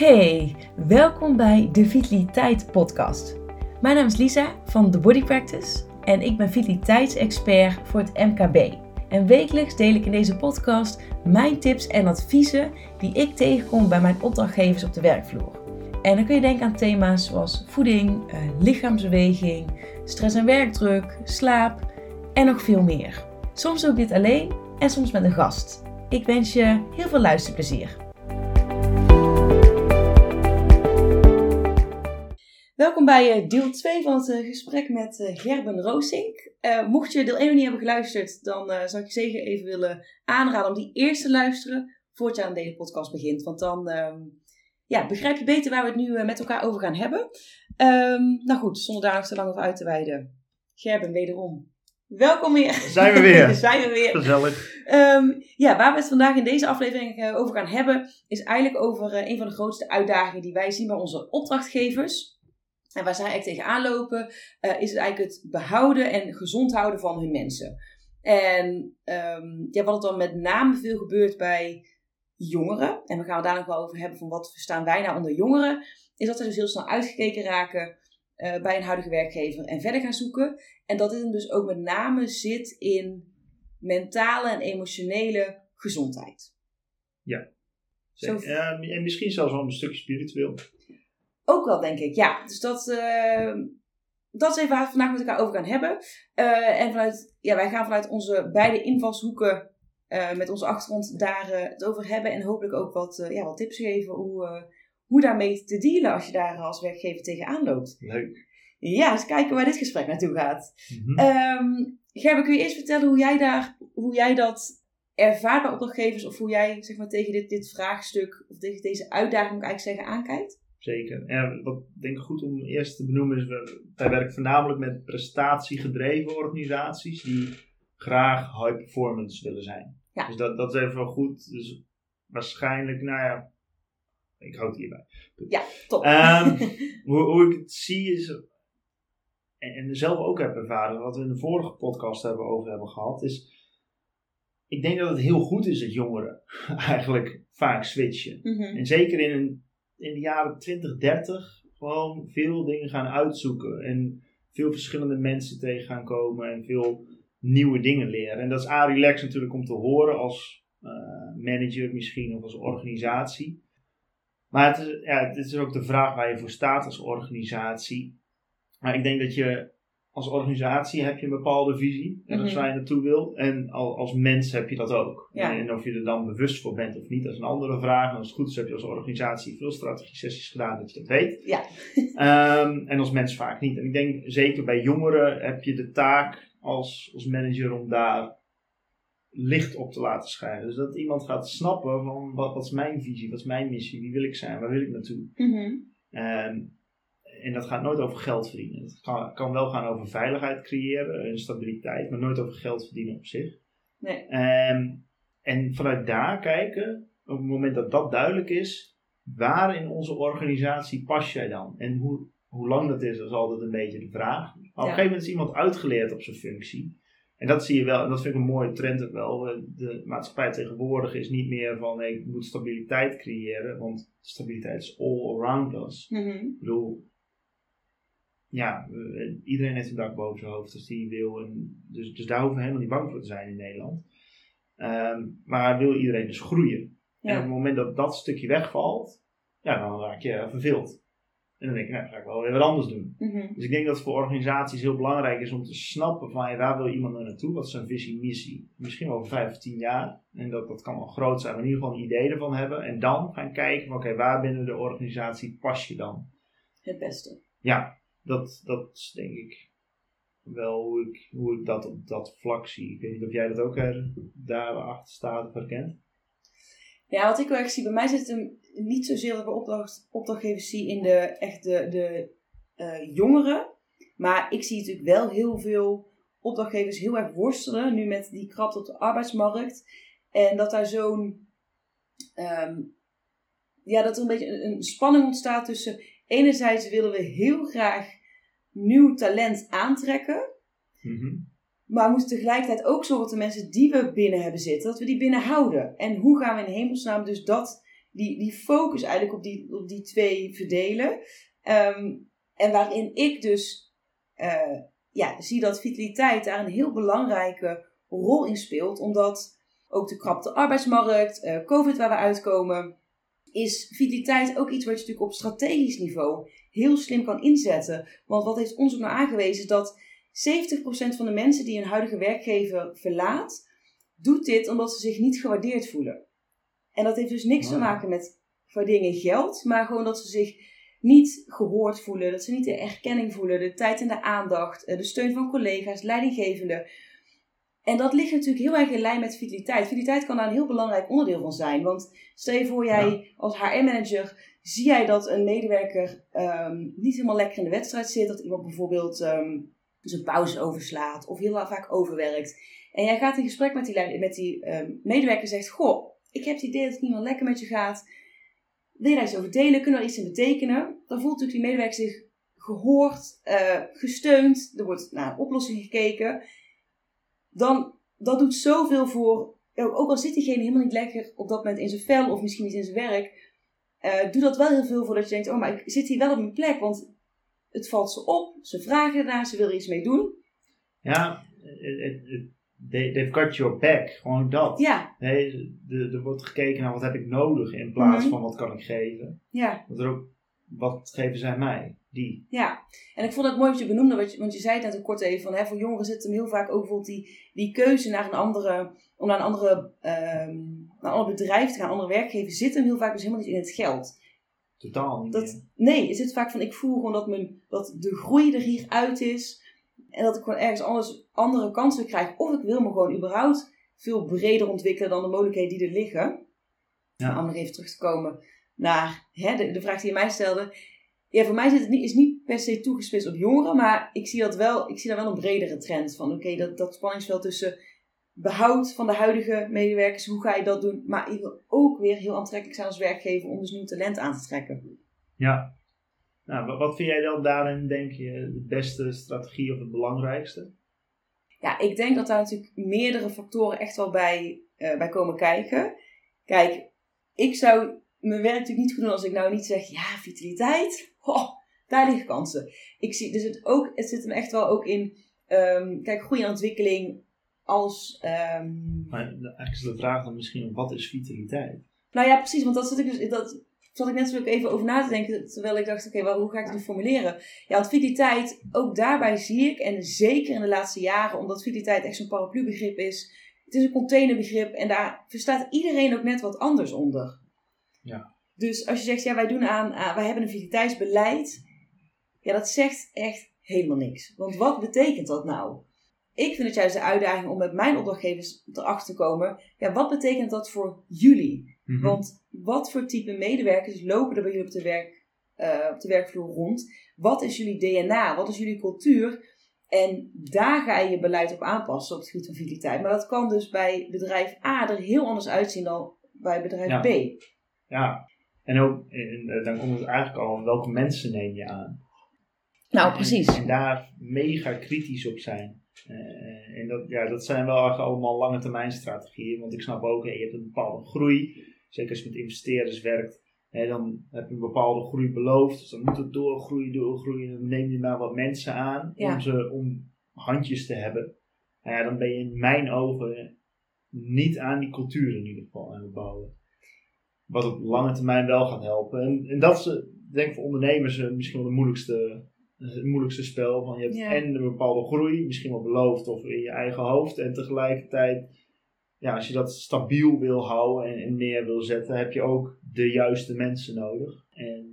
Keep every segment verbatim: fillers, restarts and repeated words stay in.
Hey, welkom bij de Vitaliteit podcast. Mijn naam is Lisa van The Body Practice en ik ben vitaliteitsexpert voor het M K B. En wekelijks deel ik in deze podcast mijn tips en adviezen die ik tegenkom bij mijn opdrachtgevers op de werkvloer. En dan kun je denken aan thema's zoals voeding, eh, lichaamsbeweging, stress en werkdruk, slaap en nog veel meer. Soms doe ik dit alleen en soms met een gast. Ik wens je heel veel luisterplezier. Welkom bij deel twee van het gesprek met Gerben Roosink. Uh, mocht je deel één nog niet hebben geluisterd, dan uh, zou ik je zeker even willen aanraden om die eerst te luisteren voordat je aan deze podcast begint. Want dan uh, ja, begrijp je beter waar we het nu uh, met elkaar over gaan hebben. Um, nou goed, zonder daar nog te lang over uit te wijden. Gerben, wederom. Welkom weer. Zijn we weer. Zijn we weer. Gezellig. Um, ja, waar we het vandaag in deze aflevering uh, over gaan hebben, is eigenlijk over uh, een van de grootste uitdagingen die wij zien bij onze opdrachtgevers. En waar zij eigenlijk tegenaan lopen, uh, is het eigenlijk het behouden en gezond houden van hun mensen. En um, ja, wat er dan met name veel gebeurt bij jongeren, en we gaan het daar nog wel over hebben van wat verstaan wij nou onder jongeren, is dat ze dus heel snel uitgekeken raken uh, bij een huidige werkgever en verder gaan zoeken. En dat dit dus ook met name zit in mentale en emotionele gezondheid. Ja, Zo... ja en misschien zelfs wel een stukje spiritueel. Ook wel, denk ik. Ja, dus dat, uh, dat is even waar we vandaag met elkaar over gaan hebben. Uh, en vanuit, ja, wij gaan vanuit onze beide invalshoeken uh, met onze achtergrond daar uh, het over hebben. En hopelijk ook wat, uh, ja, wat tips geven hoe, uh, hoe daarmee te dealen als je daar als werkgever tegenaan loopt. Leuk. Ja, eens kijken waar dit gesprek naartoe gaat. Mm-hmm. Um, Gerben, kun je eerst vertellen hoe jij, daar, hoe jij dat ervaart bij opdrachtgevers? Of hoe jij zeg maar, tegen dit, dit vraagstuk of tegen deze uitdaging moet ik eigenlijk zeggen aankijkt? Zeker. En wat denk ik goed om eerst te benoemen is, we, wij werken voornamelijk met prestatiegedreven organisaties die graag high performance willen zijn. Ja. Dus dat, dat is even wel goed. Dus waarschijnlijk, nou ja, ik houd hierbij. Ja, top. Um, hoe, hoe ik het zie is, en, en zelf ook heb ervaren, wat we in de vorige podcast hebben over hebben gehad, is, ik denk dat het heel goed is dat jongeren eigenlijk vaak switchen. Mm-hmm. En zeker in een in de jaren twintig, dertig gewoon veel dingen gaan uitzoeken. En veel verschillende mensen tegen gaan komen. En veel nieuwe dingen leren. En dat is A, relax natuurlijk om te horen als uh, manager misschien of als organisatie. Maar het is, ja, het is ook de vraag waar je voor staat als organisatie. Maar ik denk dat je als organisatie heb je een bepaalde visie. En dat is waar je naartoe wil. En als mens heb je dat ook. Ja. En of je er dan bewust voor bent of niet, dat is een andere vraag. En als het goed is heb je als organisatie veel strategie-sessies gedaan dat je dat weet. Ja. Um, en als mens vaak niet. En ik denk zeker bij jongeren heb je de taak als, als manager om daar licht op te laten schijnen. Dus dat iemand gaat snappen van wat, wat is mijn visie, wat is mijn missie, wie wil ik zijn, waar wil ik naartoe. Mm-hmm. Um, En dat gaat nooit over geld verdienen. Het kan, kan wel gaan over veiligheid creëren en stabiliteit, maar nooit over geld verdienen op zich. Nee. Um, en vanuit daar kijken, op het moment dat dat duidelijk is, waar in onze organisatie pas jij dan? En hoe, hoe lang dat is, dat is altijd een beetje de vraag. Maar op ja. een gegeven moment is iemand uitgeleerd op zijn functie. En dat zie je wel, en dat vind ik een mooie trend ook wel. De maatschappij tegenwoordig is niet meer van, nee, ik moet stabiliteit creëren, want stabiliteit is all around us. Mm-hmm. Ik bedoel, ja, uh, iedereen heeft een dak boven zijn hoofd als die wil. En dus, dus daar hoeven we helemaal niet bang voor te zijn in Nederland. Um, maar wil iedereen dus groeien. Ja. En op het moment dat dat stukje wegvalt, ja, dan raak je verveeld. En dan denk je, nou, dan ga ik wel weer wat anders doen. Mm-hmm. Dus ik denk dat het voor organisaties heel belangrijk is om te snappen van, ja, waar wil iemand nou naartoe? Wat is zijn visie, missie? Misschien wel over vijf of tien jaar. En dat, dat kan wel groot zijn, maar in ieder geval een idee ervan hebben. En dan gaan kijken van, oké, okay, waar binnen de organisatie pas je dan? Het beste. Ja. Dat, dat is denk ik wel hoe ik, hoe ik dat op dat vlak zie. Ik weet niet of jij dat ook er, daar achter staat of herkent. Ja, wat ik wel echt zie, bij mij zit het hem niet zozeer dat ik opdracht, opdrachtgevers zie in de, echt de, de uh, jongeren. Maar ik zie natuurlijk wel heel veel opdrachtgevers heel erg worstelen nu met die krapte op de arbeidsmarkt. En dat daar zo'n, um, ja, dat er een beetje een, een spanning ontstaat tussen, enerzijds willen we heel graag nieuw talent aantrekken. Mm-hmm. Maar we moeten tegelijkertijd ook zorgen dat de mensen die we binnen hebben zitten, dat we die binnen houden. En hoe gaan we in hemelsnaam dus dat die, die focus eigenlijk op die, op die twee verdelen. Um, en waarin ik dus uh, ja, zie dat vitaliteit daar een heel belangrijke rol in speelt. Omdat ook de krapte arbeidsmarkt, uh, COVID waar we uitkomen, is vitaliteit ook iets wat je natuurlijk op strategisch niveau heel slim kan inzetten. Want wat heeft onderzoek nou aangewezen, is dat zeventig procent van de mensen die hun huidige werkgever verlaat, doet dit omdat ze zich niet gewaardeerd voelen. En dat heeft dus niks te maken met waardering in geld, maar gewoon dat ze zich niet gehoord voelen, dat ze niet de erkenning voelen, de tijd en de aandacht, de steun van collega's, leidinggevenden. En dat ligt natuurlijk heel erg in lijn met vitaliteit. Vitaliteit kan daar een heel belangrijk onderdeel van zijn. Want stel je voor, jij ja. als H R-manager, zie jij dat een medewerker um, niet helemaal lekker in de wedstrijd zit, dat iemand bijvoorbeeld um, zijn pauze overslaat of heel vaak overwerkt. En jij gaat in gesprek met die, met die um, medewerker en zegt, goh, ik heb het idee dat het niet meer lekker met je gaat. Wil je daar iets over delen? Kunnen we er iets in betekenen? Dan voelt natuurlijk die medewerker zich gehoord, uh, gesteund. Er wordt naar een oplossing gekeken. Dan, dat doet zoveel voor, ook al zit diegene helemaal niet lekker op dat moment in zijn vel of misschien niet in zijn werk. Uh, doet dat wel heel veel voor dat je denkt, oh maar ik zit hier wel op mijn plek. Want het valt ze op, ze vragen ernaar, ze willen er iets mee doen. Ja, het, het, they, they've got your back. Gewoon dat. Ja. Nee, er, er wordt gekeken naar wat heb ik nodig in plaats mm-hmm. van wat kan ik geven. Ja. Dat er ook, wat geven zij mij? Die. Ja, en ik vond het mooi wat je benoemde, want je, want je zei het net ook kort even, van, hè, voor jongeren zit hem heel vaak ook bijvoorbeeld die, die keuze naar een andere, om naar een andere, um, naar een ander bedrijf te gaan, een andere werkgever, zit hem heel vaak dus helemaal niet in het geld. Totaal niet. Dat, nee, het zit vaak van, ik voel gewoon dat, mijn, dat de groei er hier uit is en dat ik gewoon ergens anders andere kansen krijg. Of ik wil me gewoon überhaupt veel breder ontwikkelen dan de mogelijkheden die er liggen. Ja. Om nog even terug te komen naar hè, de, de vraag die je mij stelde. Ja, voor mij zit het niet, is niet per se toegespitst op jongeren, maar ik zie, dat wel, ik zie daar wel een bredere trend van. Oké, okay, dat, dat spanningsveld tussen behoud van de huidige medewerkers, hoe ga je dat doen? Maar ik wil ook weer heel aantrekkelijk zijn als werkgever om dus nieuw talent aan te trekken. Ja. Nou, wat vind jij dan daarin, denk je, de beste strategie of het belangrijkste? Ja, ik denk dat daar natuurlijk meerdere factoren echt wel bij, uh, bij komen kijken. Kijk, ik zou mijn werk natuurlijk niet goed doen als ik nou niet zeg, ja, vitaliteit, oh, daar liggen kansen. Ik zie, dus het, ook, het zit hem echt wel ook in, um, kijk, groei en ontwikkeling als... Um, maar eigenlijk is de vraag dan misschien, wat is vitaliteit? Nou ja, precies, want dat zat ik dus, dat zat ik net zo even over na te denken, terwijl ik dacht, oké, okay, hoe ga ik het nu formuleren? Ja, want vitaliteit, ook daarbij zie ik, en zeker in de laatste jaren, omdat vitaliteit echt zo'n paraplubegrip is, het is een containerbegrip en daar verstaat iedereen ook net wat anders onder. Ja. Dus als je zegt, ja, wij doen aan, aan wij hebben een vitaliteitsbeleid, ja, dat zegt echt helemaal niks. Want wat betekent dat nou? Ik vind het juist de uitdaging om met mijn opdrachtgevers erachter te komen, ja, wat betekent dat voor jullie? Mm-hmm. Want wat voor type medewerkers lopen er bij jullie op de, werk, uh, op de werkvloer rond? Wat is jullie D N A? Wat is jullie cultuur? En daar ga je je beleid op aanpassen op het gebied van vitaliteit. Maar dat kan dus bij bedrijf A er heel anders uitzien dan bij bedrijf ja. B. Ja, en ook, en dan komt het eigenlijk al, welke mensen neem je aan? Nou, en, precies. En daar mega kritisch op zijn. Uh, en dat, ja, dat zijn wel allemaal lange termijn strategieën. Want ik snap ook, hey, je hebt een bepaalde groei. Zeker als je met investeerders werkt. Hè, dan heb je een bepaalde groei beloofd. Dus dan moet het doorgroeien, doorgroeien. En dan neem je maar wat mensen aan. Ja. Om, ze, om handjes te hebben. Nou ja, dan ben je in mijn ogen niet aan die cultuur in ieder geval aan het bouwen. Wat op lange termijn wel gaat helpen. En, en dat is, denk ik, voor ondernemers misschien wel de moeilijkste... het moeilijkste spel. Van je hebt ja. en een bepaalde groei, misschien wel beloofd of in je eigen hoofd. En tegelijkertijd, ja, als je dat stabiel wil houden en, en neer wil zetten, heb je ook de juiste mensen nodig. En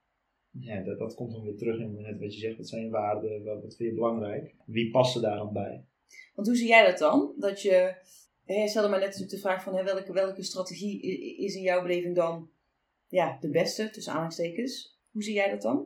ja, dat, dat komt dan weer terug in net wat je zegt. Wat zijn je waarden? Wat, wat vind je belangrijk? Wie passen daar dan bij? Want hoe zie jij dat dan? Dat je, je stelde mij net de vraag van hè, welke, welke strategie is in jouw beleving dan ja, de beste, tussen aanhalingstekens. Hoe zie jij dat dan?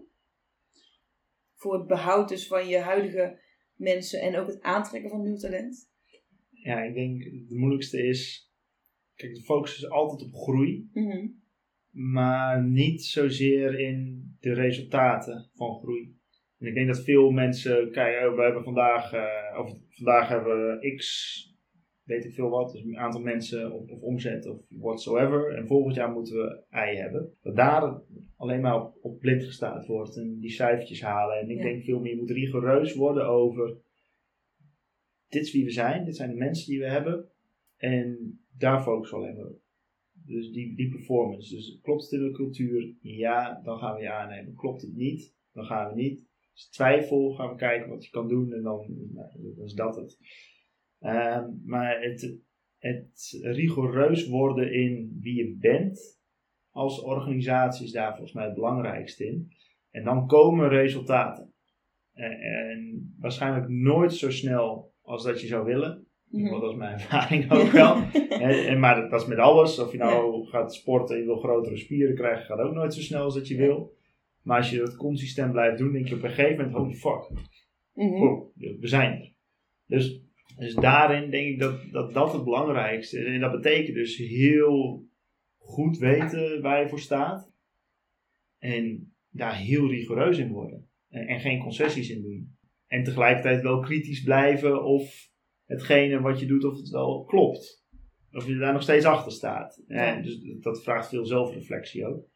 Voor het behoud dus van je huidige mensen en ook het aantrekken van nieuw talent? Ja, ik denk de moeilijkste is... Kijk, de focus is altijd op groei. Mm-hmm. Maar niet zozeer in de resultaten van groei. En ik denk dat veel mensen... Kijk, we hebben vandaag... Uh, of vandaag hebben we X weet ik veel wat, dus een aantal mensen of, of omzet of whatsoever. En volgend jaar moeten we ei hebben. Dat daar alleen maar op, op blind gestaard wordt en die cijfertjes halen. En ik Ja. denk veel meer, je moet rigoureus worden over, dit is wie we zijn, dit zijn de mensen die we hebben. En daar focussen we alleen maar op. Dus die, die performance. Dus klopt het in de cultuur? Ja, dan gaan we je aannemen. Klopt het niet? Dan gaan we niet. Dus twijfel, gaan we kijken wat je kan doen en dan, nou, dan is dat het. Uh, maar het, het rigoureus worden in wie je bent als organisatie is daar volgens mij het belangrijkste in. En dan komen resultaten. En, en waarschijnlijk nooit zo snel als dat je zou willen. Mm-hmm. Dat is mijn ervaring ook wel. en, en, maar dat, dat is met alles. Of je nou ja. gaat sporten en je wil grotere spieren krijgen, gaat ook nooit zo snel als dat je wil. Maar als je dat consistent blijft doen, denk je op een gegeven moment, holy fuck. Mm-hmm. Oh, we zijn er. Dus, dus daarin denk ik dat, dat dat het belangrijkste is. En dat betekent dus heel goed weten waar je voor staat. En daar heel rigoureus in worden. En, en geen concessies in doen. En tegelijkertijd wel kritisch blijven of hetgene wat je doet, of het wel klopt. Of je daar nog steeds achter staat. Ja. En dus dat vraagt veel zelfreflectie ook.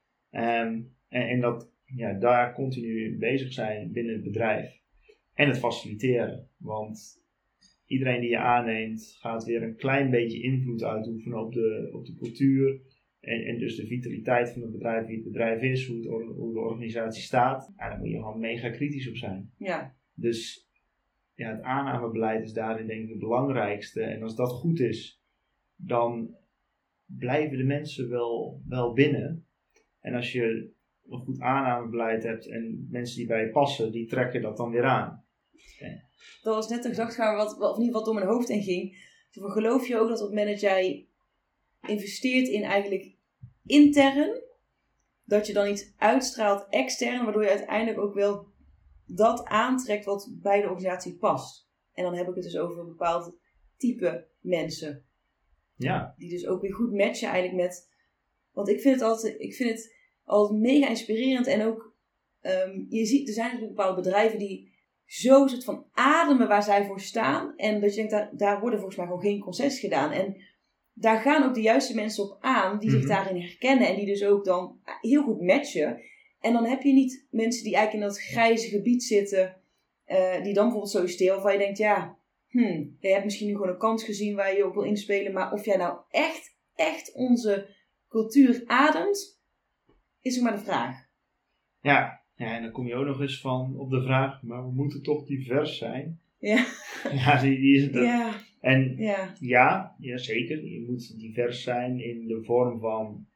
Um, en, en dat, ja, daar continu bezig zijn binnen het bedrijf. En het faciliteren. Want iedereen die je aanneemt gaat weer een klein beetje invloed uitoefenen op de, op de cultuur. En, en dus de vitaliteit van het bedrijf, wie het bedrijf is, hoe, het, hoe de organisatie staat. En daar moet je gewoon mega kritisch op zijn. Ja. Dus ja, het aannamebeleid is daarin denk ik het belangrijkste. En als dat goed is, dan blijven de mensen wel, wel binnen. En als je een goed aannamebeleid hebt en mensen die bij je passen, die trekken dat dan weer aan. Okay. Dat was net een gedachte wat, of niet wat door mijn hoofd in ging. Van, geloof je ook dat op het moment dat jij investeert in eigenlijk intern, dat je dan iets uitstraalt extern, waardoor je uiteindelijk ook wel dat aantrekt wat bij de organisatie past. En dan heb ik het dus over een bepaald type mensen. Ja. Die dus ook weer goed matchen eigenlijk met, want ik vind het altijd, ik vind het altijd mega inspirerend en ook, um, je ziet, er zijn natuurlijk bepaalde bedrijven die zo soort van ademen waar zij voor staan. En dat je denkt, daar, daar worden volgens mij gewoon geen concessies gedaan. En daar gaan ook de juiste mensen op aan die mm-hmm. zich daarin herkennen. En die dus ook dan heel goed matchen. En dan heb je niet mensen die eigenlijk in dat grijze gebied zitten. Uh, die dan bijvoorbeeld solliciteren. Waarvan je denkt, ja, hmm, je hebt misschien nu gewoon een kans gezien waar je op wil inspelen. Maar of jij nou echt, echt onze cultuur ademt, is ook maar de vraag. Ja. Ja, en dan kom je ook nog eens van op de vraag, maar we moeten toch divers zijn? Ja. Ja, die, die is het. Ja. En ja. Ja, ja, zeker. Je moet divers zijn in de vorm van,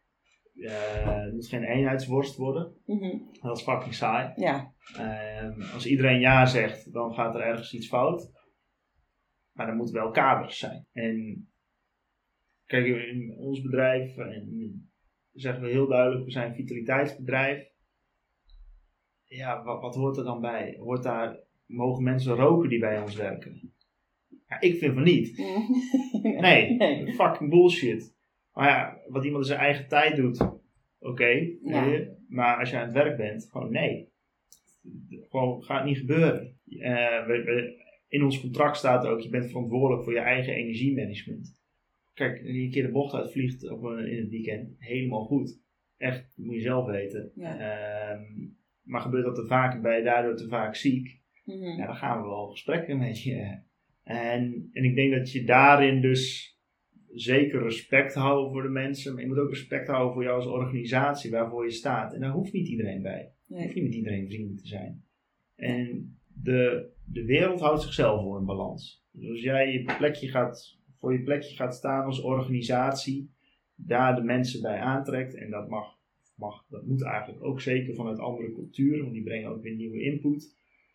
uh, het moet geen eenheidsworst worden. Mm-hmm. Dat is fucking saai. Ja. Um, als iedereen ja zegt, dan gaat er ergens iets fout. Maar er moeten wel kaders zijn. En kijk, in ons bedrijf en, zeggen we heel duidelijk, we zijn een vitaliteitsbedrijf. Ja, wat, wat hoort er dan bij? Hoort daar, mogen mensen roken die bij ons werken? Ja, ik vind van niet. Nee, nee. Fucking bullshit. Maar ja, wat iemand in zijn eigen tijd doet, oké. Okay, ja. nee, maar als je aan het werk bent, gewoon nee. Gewoon gaat niet gebeuren. Uh, we, we, in ons contract staat ook, je bent verantwoordelijk voor je eigen energiemanagement. Kijk, als je een keer de bocht uitvliegt op een, in het weekend, helemaal goed. Echt, dat moet je zelf weten. Ja. Um, Maar gebeurt dat te vaak, ben je daardoor te vaak ziek, mm-hmm. ja, dan gaan we wel gesprekken met je. En, en ik denk dat je daarin dus zeker respect houdt voor de mensen, maar je moet ook respect houden voor jou als organisatie waarvoor je staat. En daar hoeft niet iedereen bij. Nee. Hoeft niet met iedereen vrienden te zijn. En de, de wereld houdt zichzelf voor in balans. Dus als jij je plekje gaat, voor je plekje gaat staan als organisatie, daar de mensen bij aantrekt, en dat mag Mag, dat moet eigenlijk ook zeker vanuit andere culturen, want die brengen ook weer nieuwe input.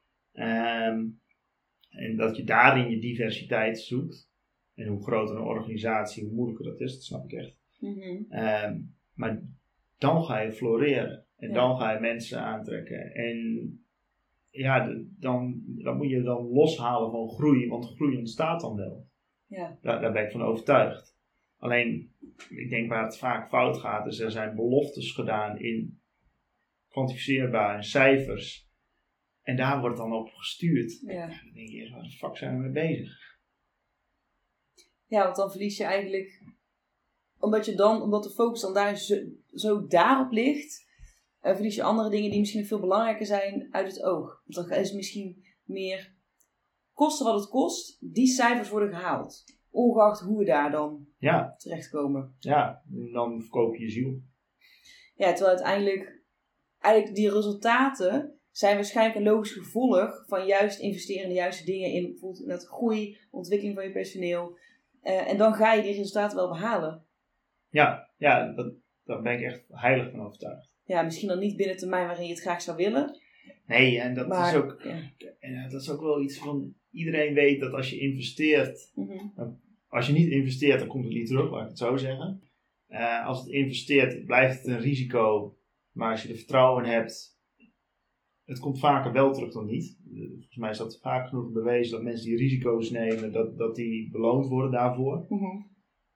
Um, en dat je daarin je diversiteit zoekt. En hoe groter een organisatie, hoe moeilijker dat is, dat snap ik echt. Mm-hmm. Um, maar dan ga je floreren. En ja. dan ga je mensen aantrekken. En ja, de, dan, dan moet je dan loshalen van groei, want groei ontstaat dan wel. Ja. Daar, daar ben ik van overtuigd. Alleen, ik denk waar het vaak fout gaat, is er zijn beloftes gedaan in kwantificeerbare cijfers. En daar wordt dan op gestuurd. Ja. Dan denk je, waar de fuck zijn we mee bezig? Ja, want dan verlies je eigenlijk, omdat je dan, omdat de focus dan daar zo, zo daarop ligt, uh, verlies je andere dingen die misschien veel belangrijker zijn uit het oog. Want dan is het misschien meer, kosten wat het kost, die cijfers worden gehaald. Ongeacht hoe we daar dan ja. terechtkomen. Ja, en dan verkoop je je ziel. Ja, terwijl uiteindelijk, eigenlijk die resultaten zijn waarschijnlijk een logisch gevolg van juist investeren in de juiste dingen, in bijvoorbeeld in dat groei, ontwikkeling van je personeel. Uh, en dan ga je die resultaten wel behalen. Ja, ja dat, daar ben ik echt heilig van overtuigd. Ja, misschien dan niet binnen termijn waarin je het graag zou willen. Nee, en dat, maar, is, ook, ja. en dat is ook wel iets van, iedereen weet dat als je investeert, mm-hmm. als je niet investeert, dan komt het niet terug, laat ik het zo zeggen. Uh, als het investeert, blijft het een risico, maar als je er vertrouwen in hebt, het komt vaker wel terug dan niet. Volgens mij is dat vaak genoeg bewezen dat mensen die risico's nemen, dat, dat die beloond worden daarvoor. Mm-hmm.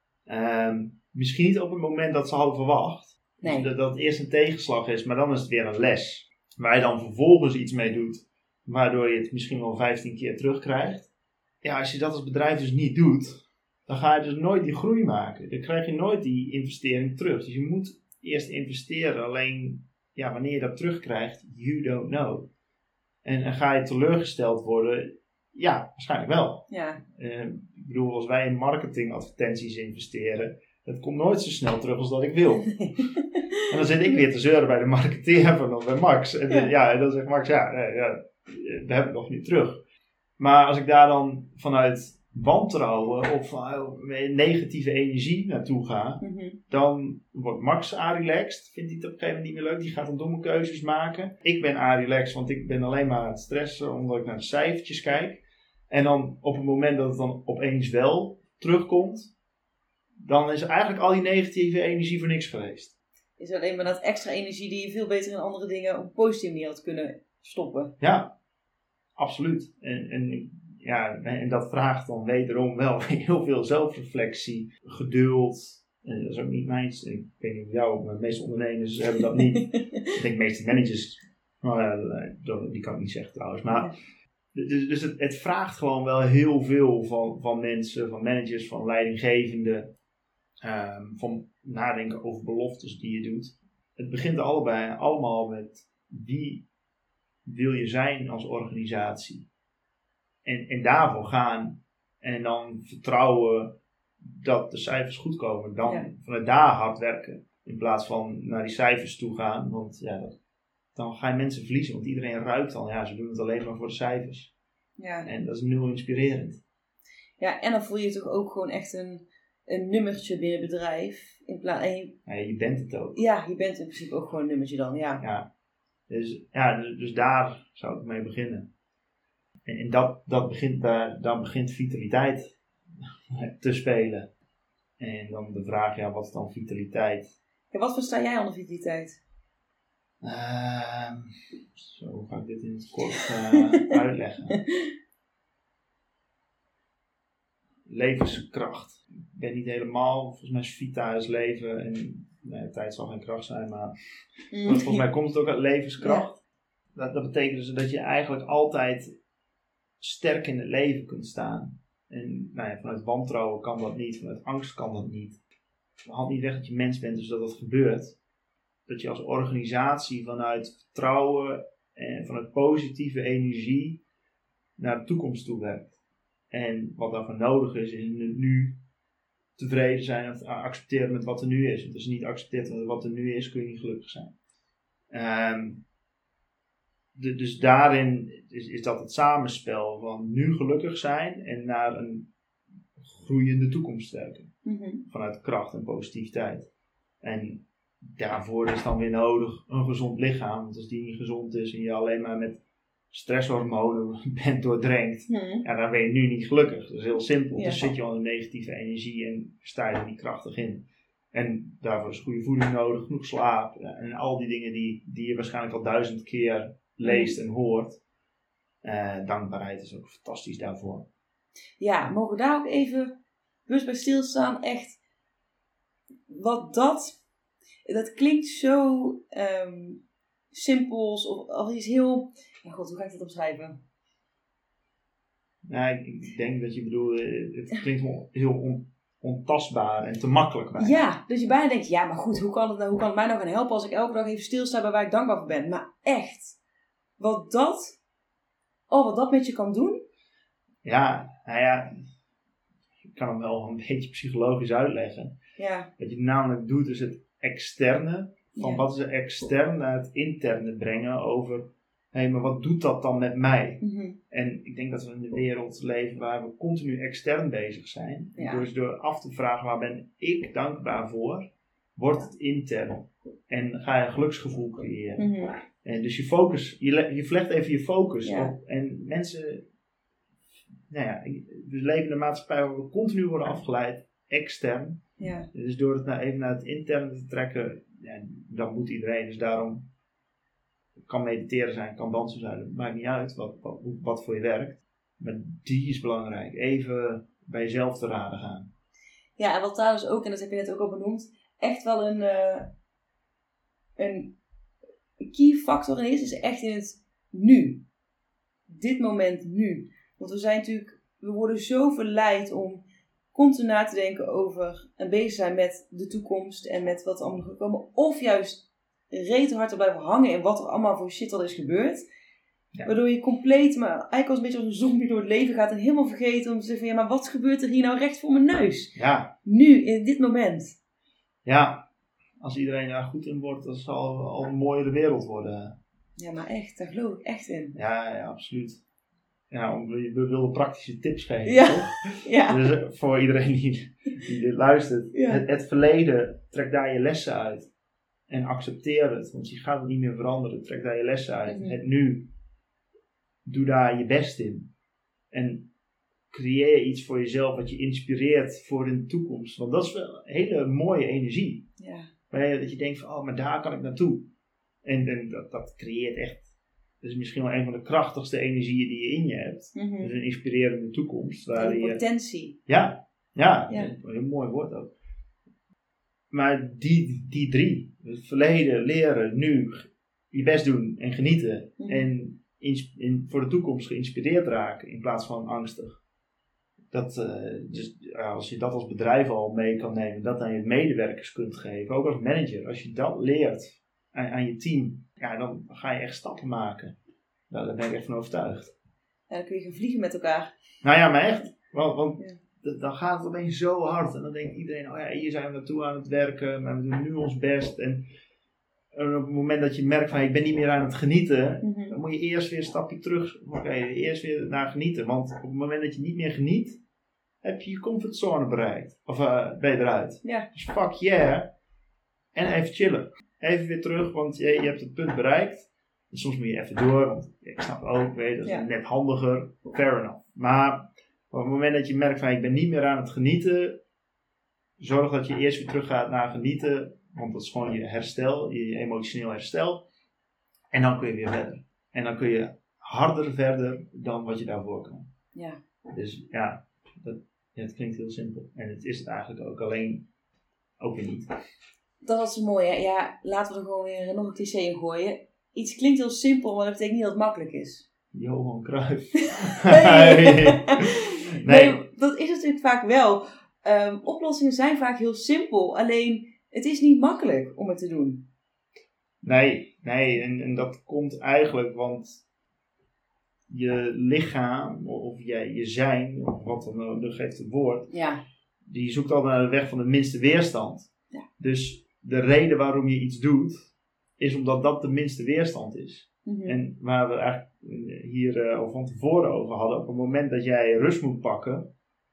Um, misschien niet op het moment dat ze hadden verwacht. Nee. Dus dat, dat het eerst een tegenslag is, maar dan is het weer een les. Waar je dan vervolgens iets mee doet, waardoor je het misschien wel vijftien keer terugkrijgt. Ja, als je dat als bedrijf dus niet doet, dan ga je dus nooit die groei maken. Dan krijg je nooit die investering terug. Dus je moet eerst investeren, alleen ja, wanneer je dat terugkrijgt, you don't know. En, en ga je teleurgesteld worden? Ja, waarschijnlijk wel. Ja. Uh, ik bedoel, als wij in marketingadvertenties investeren, dat komt nooit zo snel terug als dat ik wil. Nee. En dan zit ik weer te zeuren bij de marketeer van bij Max. En, de, ja. Ja, en dan zegt Max, ja, nee, ja, we hebben het nog niet terug. Maar als ik daar dan vanuit wantrouwen of uh, negatieve energie naartoe ga, mm-hmm. dan wordt Max a-relaxed. Vindt hij het op een gegeven moment niet meer leuk. Die gaat dan domme keuzes maken. Ik ben a-relaxed, want ik ben alleen maar aan het stressen omdat ik naar de cijfertjes kijk. En dan op het moment dat het dan opeens wel terugkomt, dan is eigenlijk al die negatieve energie voor niks geweest. Is alleen maar dat extra energie die je veel beter in andere dingen op een positieve manier had kunnen stoppen. Ja, absoluut. En, en, ja, en dat vraagt dan wederom wel heel veel zelfreflectie, geduld. En dat is ook niet mijn... Ik weet niet of jou, maar de meeste ondernemers hebben dat niet. Ik denk de meeste managers, nou, die kan ik niet zeggen trouwens. Maar, dus dus het, het vraagt gewoon wel heel veel van, van mensen, van managers, van leidinggevenden. Um, van nadenken over beloftes die je doet. Het begint allebei allemaal met wie wil je zijn als organisatie. En, en daarvoor gaan. En dan vertrouwen dat de cijfers goed komen. Dan ja. vanuit daar hard werken. In plaats van naar die cijfers toe gaan. Want ja, dat, dan ga je mensen verliezen. Want iedereen ruikt dan. Ja, ze doen het alleen maar voor de cijfers. Ja. En dat is nul inspirerend. Ja, en dan voel je toch ook gewoon echt een, een nummertje binnen het bedrijf. In pla- en je, ja, je bent het ook. Ja, je bent in principe ook gewoon een nummertje dan. Ja. Ja. Dus, ja, dus, dus daar zou ik mee beginnen. En, en dat, dat begint, daar, dan begint vitaliteit te spelen. En dan de vraag, ja, wat is dan vitaliteit? Ja, wat versta jij onder vitaliteit? Uh, zo, hoe ga ik dit in het kort uh, uitleggen? Levenskracht. Ik ben niet helemaal, volgens mij is vita is leven en nee, tijd zal geen kracht zijn, maar mm. volgens mij komt het ook uit levenskracht. Ja. Dat, dat betekent dus dat je eigenlijk altijd sterk in het leven kunt staan. En nou ja, vanuit wantrouwen kan dat niet, vanuit angst kan dat niet. Het haalt niet weg dat je mens bent, dus dat dat gebeurt. Dat je als organisatie vanuit vertrouwen en vanuit positieve energie naar de toekomst toe werkt. En wat daarvoor nodig is, is nu tevreden zijn en accepteren met wat er nu is. Want als je niet accepteert met wat er nu is, kun je niet gelukkig zijn. Um, de, dus daarin is, is dat het samenspel van nu gelukkig zijn en naar een groeiende toekomst werken. Mm-hmm. Vanuit kracht en positiviteit. En daarvoor is dan weer nodig een gezond lichaam. Want als die niet gezond is en je alleen maar met stresshormonen bent doordrenkt, mm-hmm. ja, dan ben je nu niet gelukkig. Dat is heel simpel. Ja. Dus zit je al in negatieve energie en sta je er niet krachtig in. En daarvoor is goede voeding nodig, genoeg slaap ja, en al die dingen die, die je waarschijnlijk al duizend keer leest en hoort. Uh, dankbaarheid is ook fantastisch daarvoor. Ja, mogen we daar ook even bewust bij stilstaan? Echt, wat dat, dat klinkt zo um, simpels of, of iets heel, ja god, hoe ga ik dat omschrijven? Nou, ik, ik denk dat je bedoelt, het klinkt wel heel on, ontastbaar en te makkelijk bij. Ja, dus je bijna denkt, ja, maar goed, hoe kan het, nou, hoe kan het mij nou gaan helpen als ik elke dag even stilsta bij waar ik dankbaar voor ben? Maar echt, wat dat, oh, wat dat met je kan doen? Ja, nou ja, ik kan het wel een beetje psychologisch uitleggen. Ja. Wat je namelijk doet is het externe, van Ja. wat is er extern naar het interne brengen over, hé, hey, maar wat doet dat dan met mij? Mm-hmm. En ik denk dat we in een wereld leven waar we continu extern bezig zijn. Ja. Dus door af te vragen, waar ben ik dankbaar voor, wordt het intern. En ga je een geluksgevoel creëren. Mm-hmm. En dus je focus, je, le- je vlecht even je focus Ja. op. En mensen, nou ja, we leven in een maatschappij waar we continu worden afgeleid, extern. Ja. Dus door het nou even naar het interne te trekken, ja, dat moet iedereen. Dus daarom kan mediteren zijn, kan dansen zijn, het maakt niet uit wat, wat, wat voor je werkt. Maar die is belangrijk. Even bij jezelf te raden gaan. Ja, en wat daar dus ook, en dat heb je net ook al benoemd, echt wel een, uh, een key factor in is, is echt in het nu. Dit moment nu. Want we zijn natuurlijk, we worden zo verleid om continu na te denken over en bezig zijn met de toekomst en met wat er allemaal gaat komen. Of juist rete hard te blijven hangen in wat er allemaal voor shit al is gebeurd. Ja. Waardoor je compleet, maar eigenlijk als een beetje als een zombie door het leven gaat en helemaal vergeten om te zeggen van ja, maar wat gebeurt er hier nou recht voor mijn neus? Ja. Nu, in dit moment. Ja, als iedereen daar goed in wordt, dan zal al een mooiere wereld worden. Ja, maar echt, daar geloof ik echt in. Ja, ja, absoluut. Ja, we willen praktische tips geven, ja. toch? Ja. Dus voor iedereen die, die dit luistert, ja. het, het verleden, trek daar je lessen uit. En accepteer het, want je gaat het niet meer veranderen. Trek daar je lessen uit. Mm-hmm. Het nu, doe daar je best in. En creëer iets voor jezelf wat je inspireert voor de toekomst. Want dat is wel een hele mooie energie. Ja. Dat je denkt van, oh, maar daar kan ik naartoe. En, en dat, dat creëert echt, dat is misschien wel een van de krachtigste energieën die je in je hebt. Mm-hmm. Dus een inspirerende toekomst. Waar en je, potentie. Ja, ja, ja. Een heel mooi woord ook. Maar die, die drie, het verleden, leren, nu, je best doen en genieten. Mm-hmm. En in, in, voor de toekomst geïnspireerd raken in plaats van angstig. Dat, uh, dus, uh, als je dat als bedrijf al mee kan nemen, dat aan je medewerkers kunt geven, ook als manager. Als je dat leert aan, aan je team, ja, dan ga je echt stappen maken. Nou, daar ben ik echt van overtuigd. Ja, dan kun je gaan vliegen met elkaar. Nou ja, maar echt. Want, want ja. d- dan gaat het opeens zo hard. En dan denkt iedereen, oh ja, hier zijn we naartoe aan het werken. Maar we doen nu ons best. En, en op het moment dat je merkt van, ik ben niet meer aan het genieten. Mm-hmm. Dan moet je eerst weer een stapje terug. Oké, okay, eerst weer naar genieten. Want op het moment dat je niet meer geniet, heb je je comfortzone bereikt. Of uh, ben je eruit. Ja. Dus fuck yeah. En even chillen. Even weer terug, want je, je hebt het punt bereikt. En soms moet je even door, want ik snap ook, weet je, dat is ja. net handiger. Fair enough. Maar op het moment dat je merkt van, ik ben niet meer aan het genieten, zorg dat je eerst weer terug gaat naar genieten. Want dat is gewoon je herstel, je emotioneel herstel. En dan kun je weer verder. En dan kun je harder verder dan wat je daarvoor kan. Ja. Dus ja, dat, ja, het klinkt heel simpel. En het is het eigenlijk ook, alleen ook weer niet. Dat was mooi, hè? Ja, laten we er gewoon weer nog een cliché in gooien. Iets klinkt heel simpel, maar dat betekent niet dat het makkelijk is. Johan Cruijff. nee. nee. nee, dat is natuurlijk vaak wel. Um, oplossingen zijn vaak heel simpel, alleen het is niet makkelijk om het te doen. Nee, nee, en, en dat komt eigenlijk, want je lichaam, of je, je zijn, of wat dan ook, geeft het woord, ja. die zoekt altijd naar de weg van de minste weerstand. Ja. Dus de reden waarom je iets doet, is omdat dat de minste weerstand is. Mm-hmm. En waar we eigenlijk hier uh, al van tevoren over hadden, op het moment dat jij rust moet pakken,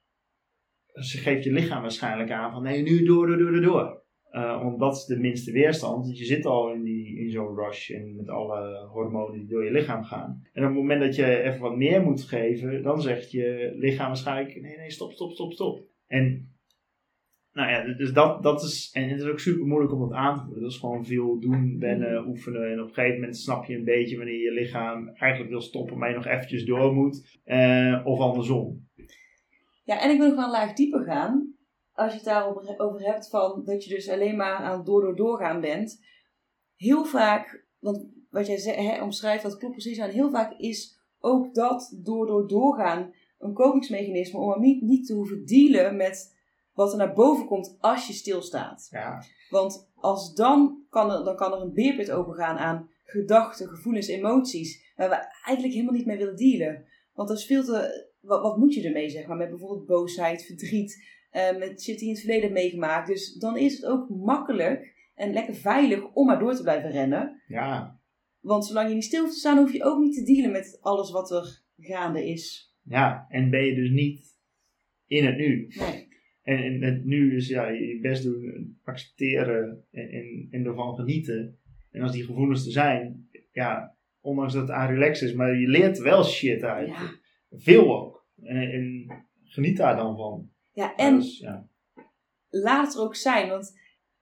ze geeft je lichaam waarschijnlijk aan van nee, nu door, door, door, door. Uh, want dat is de minste weerstand. Want je zit al in, die, in zo'n rush en met alle hormonen die door je lichaam gaan. En op het moment dat je even wat meer moet geven, dan zegt je lichaam waarschijnlijk nee, nee, stop, stop, stop, stop. En nou ja, dus dat, dat is, en het is ook super moeilijk om dat aan te voelen. Dat is gewoon veel doen, wennen, mm. oefenen. En op een gegeven moment snap je een beetje wanneer je lichaam eigenlijk wil stoppen, maar je nog eventjes door moet. Uh, of andersom. Ja, en ik wil nog wel een laag dieper gaan. Als je het daarover over hebt van dat je dus alleen maar aan het door door doorgaan bent. Heel vaak, want wat jij zei, hè, omschrijft, dat klopt precies aan. Heel vaak is ook dat door door doorgaan een kopingsmechanisme om niet, niet te hoeven dealen met wat er naar boven komt als je stilstaat. Ja. Want als dan kan er, dan kan er een beerput opengaan aan gedachten, gevoelens, emoties, waar we eigenlijk helemaal niet mee willen dealen. Want dat is veel te... Wat, wat moet je ermee, zeg maar? Met bijvoorbeeld boosheid, verdriet, uh, met shit die je in het verleden hebt meegemaakt. Dus dan is het ook makkelijk en lekker veilig om maar door te blijven rennen. Ja. Want zolang je niet stil hoeft te staan, hoef je ook niet te dealen met alles wat er gaande is. Ja, en ben je dus niet in het nu. Nee. En in het nu is ja, je best doen, accepteren en, en, en ervan genieten. En als die gevoelens er zijn, ja, ondanks dat het aan relax is, maar je leert wel shit uit. Ja. Veel ook. En, en geniet daar dan van. Ja, en dus, ja. laat het er ook zijn, want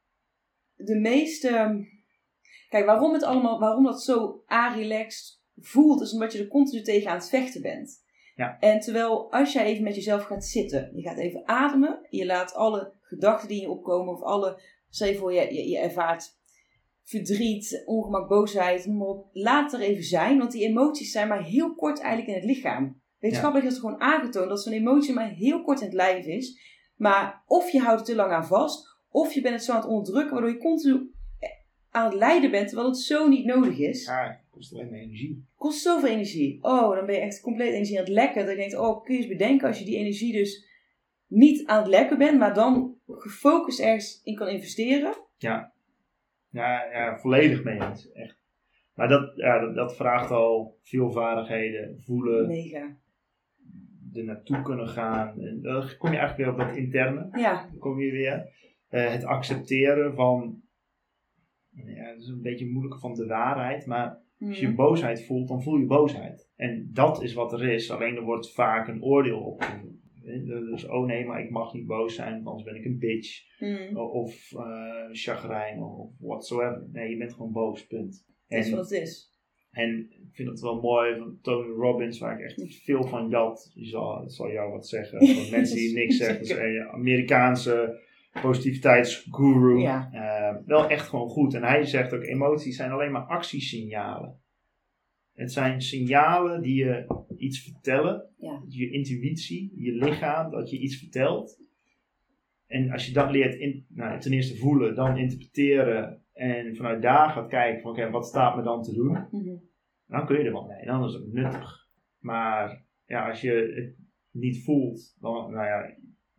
de meeste... Kijk, waarom het allemaal, waarom dat zo a-relaxed voelt, is omdat je er continu tegen aan het vechten bent. Ja. En terwijl als jij even met jezelf gaat zitten, je gaat even ademen, je laat alle gedachten die in je opkomen, of alle, stel je voor je, je, je ervaart verdriet, ongemak, boosheid, noem maar op, laat het er even zijn, want die emoties zijn maar heel kort eigenlijk in het lichaam. Wetenschappelijk is het gewoon aangetoond dat zo'n emotie maar heel kort in het lijf is, maar of je houdt er te lang aan vast, of je bent het zo aan het onderdrukken, waardoor je continu aan het lijden bent, terwijl het zo niet nodig is. Ja, het kost alleen maar energie. Kost zoveel energie. Oh, dan ben je echt compleet energie aan het lekken. Dat je denkt, oh, kun je eens bedenken als je die energie dus niet aan het lekken bent, maar dan gefocust ergens in kan investeren. Ja, ja, ja volledig mee eens. Echt. Maar dat, ja, dat, dat vraagt al veel vaardigheden, voelen, Mega. er naartoe kunnen gaan. En dan kom je eigenlijk weer op dat interne. Ja. Dan kom je weer. Uh, het accepteren van, ja, dat is een beetje moeilijk van de waarheid, maar als je boosheid voelt, dan voel je boosheid. En dat is wat er is, alleen er wordt vaak een oordeel opgevoerd. Dus, oh nee, maar ik mag niet boos zijn, want anders ben ik een bitch. Mm. Of uh, chagrijn, of whatsoever. Nee, je bent gewoon boos, punt. Dat is wat het is. En ik vind het wel mooi van Tony Robbins, waar ik echt veel van jat. Die zal, zal jou wat zeggen. Van mensen die niks zeggen. Dat is een Amerikaanse positiviteitsguru. Ja. Uh, wel echt gewoon goed. En hij zegt ook, emoties zijn alleen maar actiesignalen. Het zijn signalen die je iets vertellen. Ja. Je intuïtie, je lichaam, dat je iets vertelt. En als je dat leert, in, nou, ten eerste voelen, dan interpreteren. En vanuit daar gaat kijken van, oké, okay, wat staat me dan te doen? Mm-hmm. Dan kun je er wat mee. Dan is het nuttig. Maar ja, als je het niet voelt, dan, nou ja,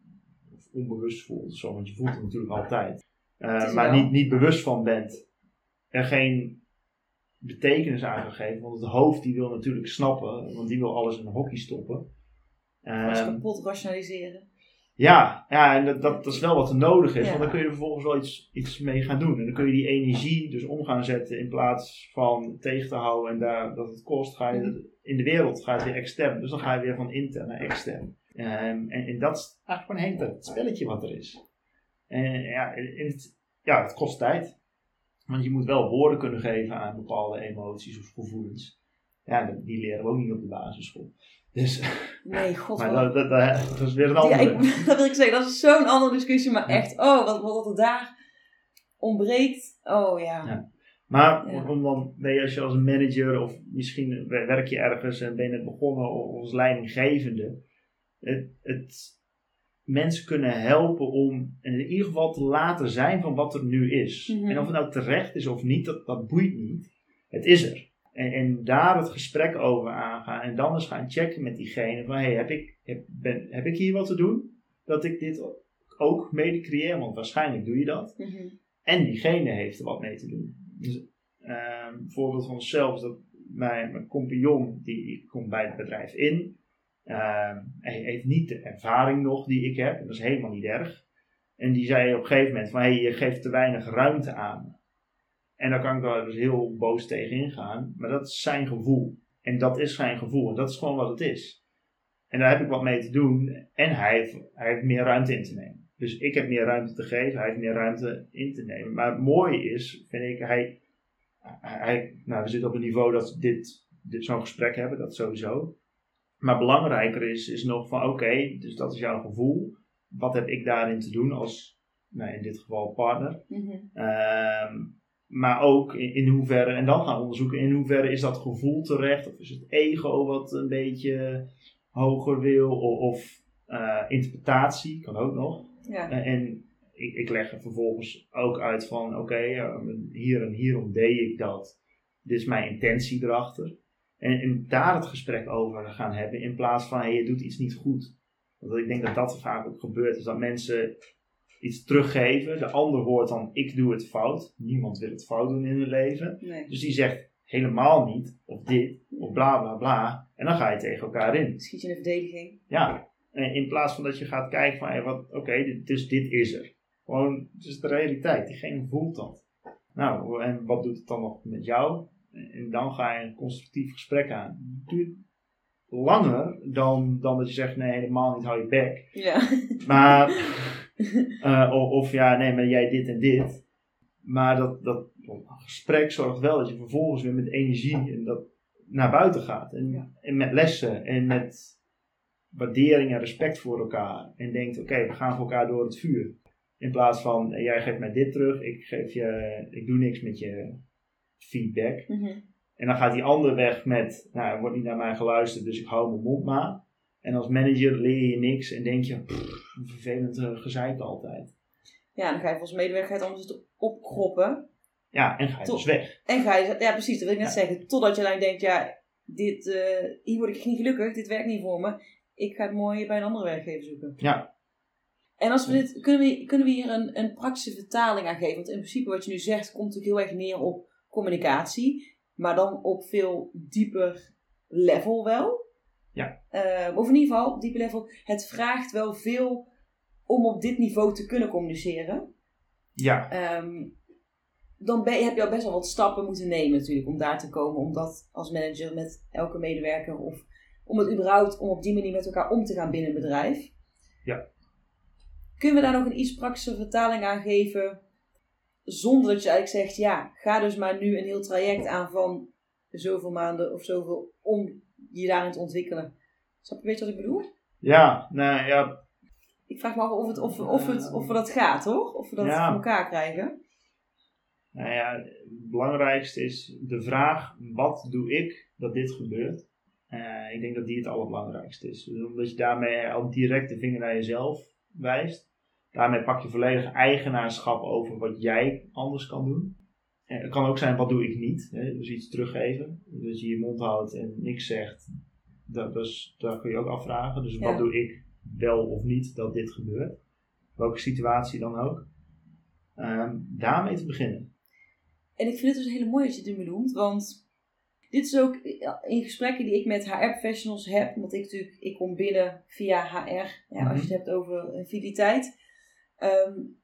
of onbewust voelt, zo, want je voelt het natuurlijk altijd. Uh, maar niet, niet bewust van bent, er geen betekenis aan gegeven, want het hoofd die wil natuurlijk snappen, want die wil alles in een hokje stoppen. Alles Um, kapot rationaliseren. Ja, ja en dat, dat, dat is wel wat er nodig is, Ja. want dan kun je er vervolgens wel iets, iets mee gaan doen. En dan kun je die energie dus om gaan zetten in plaats van tegen te houden en daar, dat het kost, ga je in de wereld ga je weer extern. Dus dan ga je weer van intern naar extern. Um, en, en dat is eigenlijk gewoon heen het spelletje wat er is. En ja, en het, ja, het kost tijd. Want je moet wel woorden kunnen geven aan bepaalde emoties of gevoelens. Ja, die leren we ook niet op de basisschool. Dus, nee, god. Maar dat, dat, dat, dat is weer een andere. Ja, ik, dat wil ik zeggen, dat is zo'n andere discussie. Maar echt, oh, wat, wat er daar ontbreekt. Oh ja. ja. Maar ja. om dan, ben je als je als een manager of misschien werk je ergens en ben je net begonnen als leidinggevende. Het, het, mensen kunnen helpen om in ieder geval te laten zijn van wat er nu is. Mm-hmm. En of het nou terecht is of niet, dat, dat boeit niet. Het is er. En, en daar het gesprek over aangaan. En dan eens gaan checken met diegene. Van hey, heb ik, heb, ben, heb ik hier wat te doen? Dat ik dit ook mede creëer. Want waarschijnlijk doe je dat. Mm-hmm. En diegene heeft er wat mee te doen. Dus uh, een voorbeeld van onszelf is dat mijn, mijn compagnon. Die, die komt bij het bedrijf in. Uh, hij heeft niet de ervaring nog die ik heb. En dat is helemaal niet erg. En die zei op een gegeven moment van hey, je geeft te weinig ruimte aan. En daar kan ik wel dus heel boos tegen ingaan. Maar dat is zijn gevoel. En dat is zijn gevoel. En dat is gewoon wat het is. En daar heb ik wat mee te doen. En hij heeft, hij heeft meer ruimte in te nemen. Dus ik heb meer ruimte te geven. Hij heeft meer ruimte in te nemen. Maar het mooie is, vind ik, hij, hij nou, we zitten op een niveau dat we dit, dit zo'n gesprek hebben. Dat sowieso. Maar belangrijker is, is nog van oké, okay, dus dat is jouw gevoel. Wat heb ik daarin te doen als, nou, in dit geval partner. Mm-hmm. Um, Maar ook in, in hoeverre, en dan gaan onderzoeken in hoeverre is dat gevoel terecht, of is het ego wat een beetje hoger wil of, of uh, interpretatie, kan ook nog. Ja. Uh, en ik, ik leg er vervolgens ook uit van oké, okay, uh, hier en hierom deed ik dat. Dit is mijn intentie erachter. En, en daar het gesprek over gaan hebben in plaats van hey, je doet iets niet goed. Want ik denk dat dat vaak ook gebeurt, is dat mensen iets teruggeven. De ander hoort dan ik doe het fout. Niemand wil het fout doen in hun leven. Nee. Dus die zegt helemaal niet, of dit, of bla bla bla. En dan ga je tegen elkaar in. Schiet je in de verdediging. Ja, in plaats van dat je gaat kijken van, hey, oké, okay, dus dit is er. Gewoon, het is de realiteit. Diegene voelt dat. Nou, en wat doet het dan nog met jou? En dan ga je een constructief gesprek aan. Het duurt langer dan, dan dat je zegt, nee, helemaal niet, hou je bek. Ja. Maar, uh, of, of ja, nee, maar jij dit en dit. Maar dat, dat gesprek zorgt wel dat je vervolgens weer met energie en dat naar buiten gaat. En, ja. en met lessen en met waardering en respect voor elkaar. En denkt, oké, okay, we gaan voor elkaar door het vuur. In plaats van, jij geeft mij dit terug, ik, geef je, ik doe niks met je feedback. Mm-hmm. En dan gaat die ander weg met, nou, er wordt niet naar mij geluisterd, dus ik hou mijn mond maar. En als manager leer je niks en denk je, pff, een vervelend uh, gezeik altijd. Ja, dan ga je volgens medewerker het anders opkroppen. Ja, en ga je Tot, dus weg. En ga je, ja precies, dat wil ik net ja. zeggen. Totdat je dan denkt, ja, dit, uh, hier word ik niet gelukkig, dit werkt niet voor me. Ik ga het mooi bij een andere werkgever zoeken. Ja. En als we dit, kunnen we, kunnen we hier een, een praktische vertaling aan geven? Want in principe wat je nu zegt, komt natuurlijk heel erg neer op communicatie. Maar dan op veel dieper level wel. Ja. Uh, of in ieder geval, op dieper level. Het vraagt wel veel om op dit niveau te kunnen communiceren. Ja. Um, dan ben je, heb je al best wel wat stappen moeten nemen natuurlijk. Om daar te komen. Om dat als manager met elke medewerker. Of om het überhaupt, om op die manier met elkaar om te gaan binnen een bedrijf. Ja. Kunnen we daar nog een iets praktische vertaling aan geven? Zonder dat je eigenlijk zegt, ja, ga dus maar nu een heel traject aan van zoveel maanden of zoveel om je daarin te ontwikkelen. Snap je, weet je wat ik bedoel? Ja, nou ja. Ik vraag me af of, het, of, of, het, of we dat gaat, hoor? Of we dat ja. voor elkaar krijgen. Nou ja, het belangrijkste is de vraag, wat doe ik dat dit gebeurt? Uh, ik denk dat die het allerbelangrijkste is. Dus omdat je daarmee al direct de vinger naar jezelf wijst. Daarmee pak je volledig eigenaarschap over wat jij anders kan doen. En het kan ook zijn, wat doe ik niet? Hè? Dus iets teruggeven. Dus je je mond houdt en niks zegt. Dat, dus, dat kun je ook afvragen. Dus ja. Wat doe ik wel of niet dat dit gebeurt? Welke situatie dan ook. Um, daarmee te beginnen. En ik vind het dus heel mooi dat je het nu benoemt. Want dit is ook in gesprekken die ik met H R-professionals heb. Want ik natuurlijk, ik kom binnen via H R. Ja, mm-hmm. Als je het hebt over fideliteit. Um,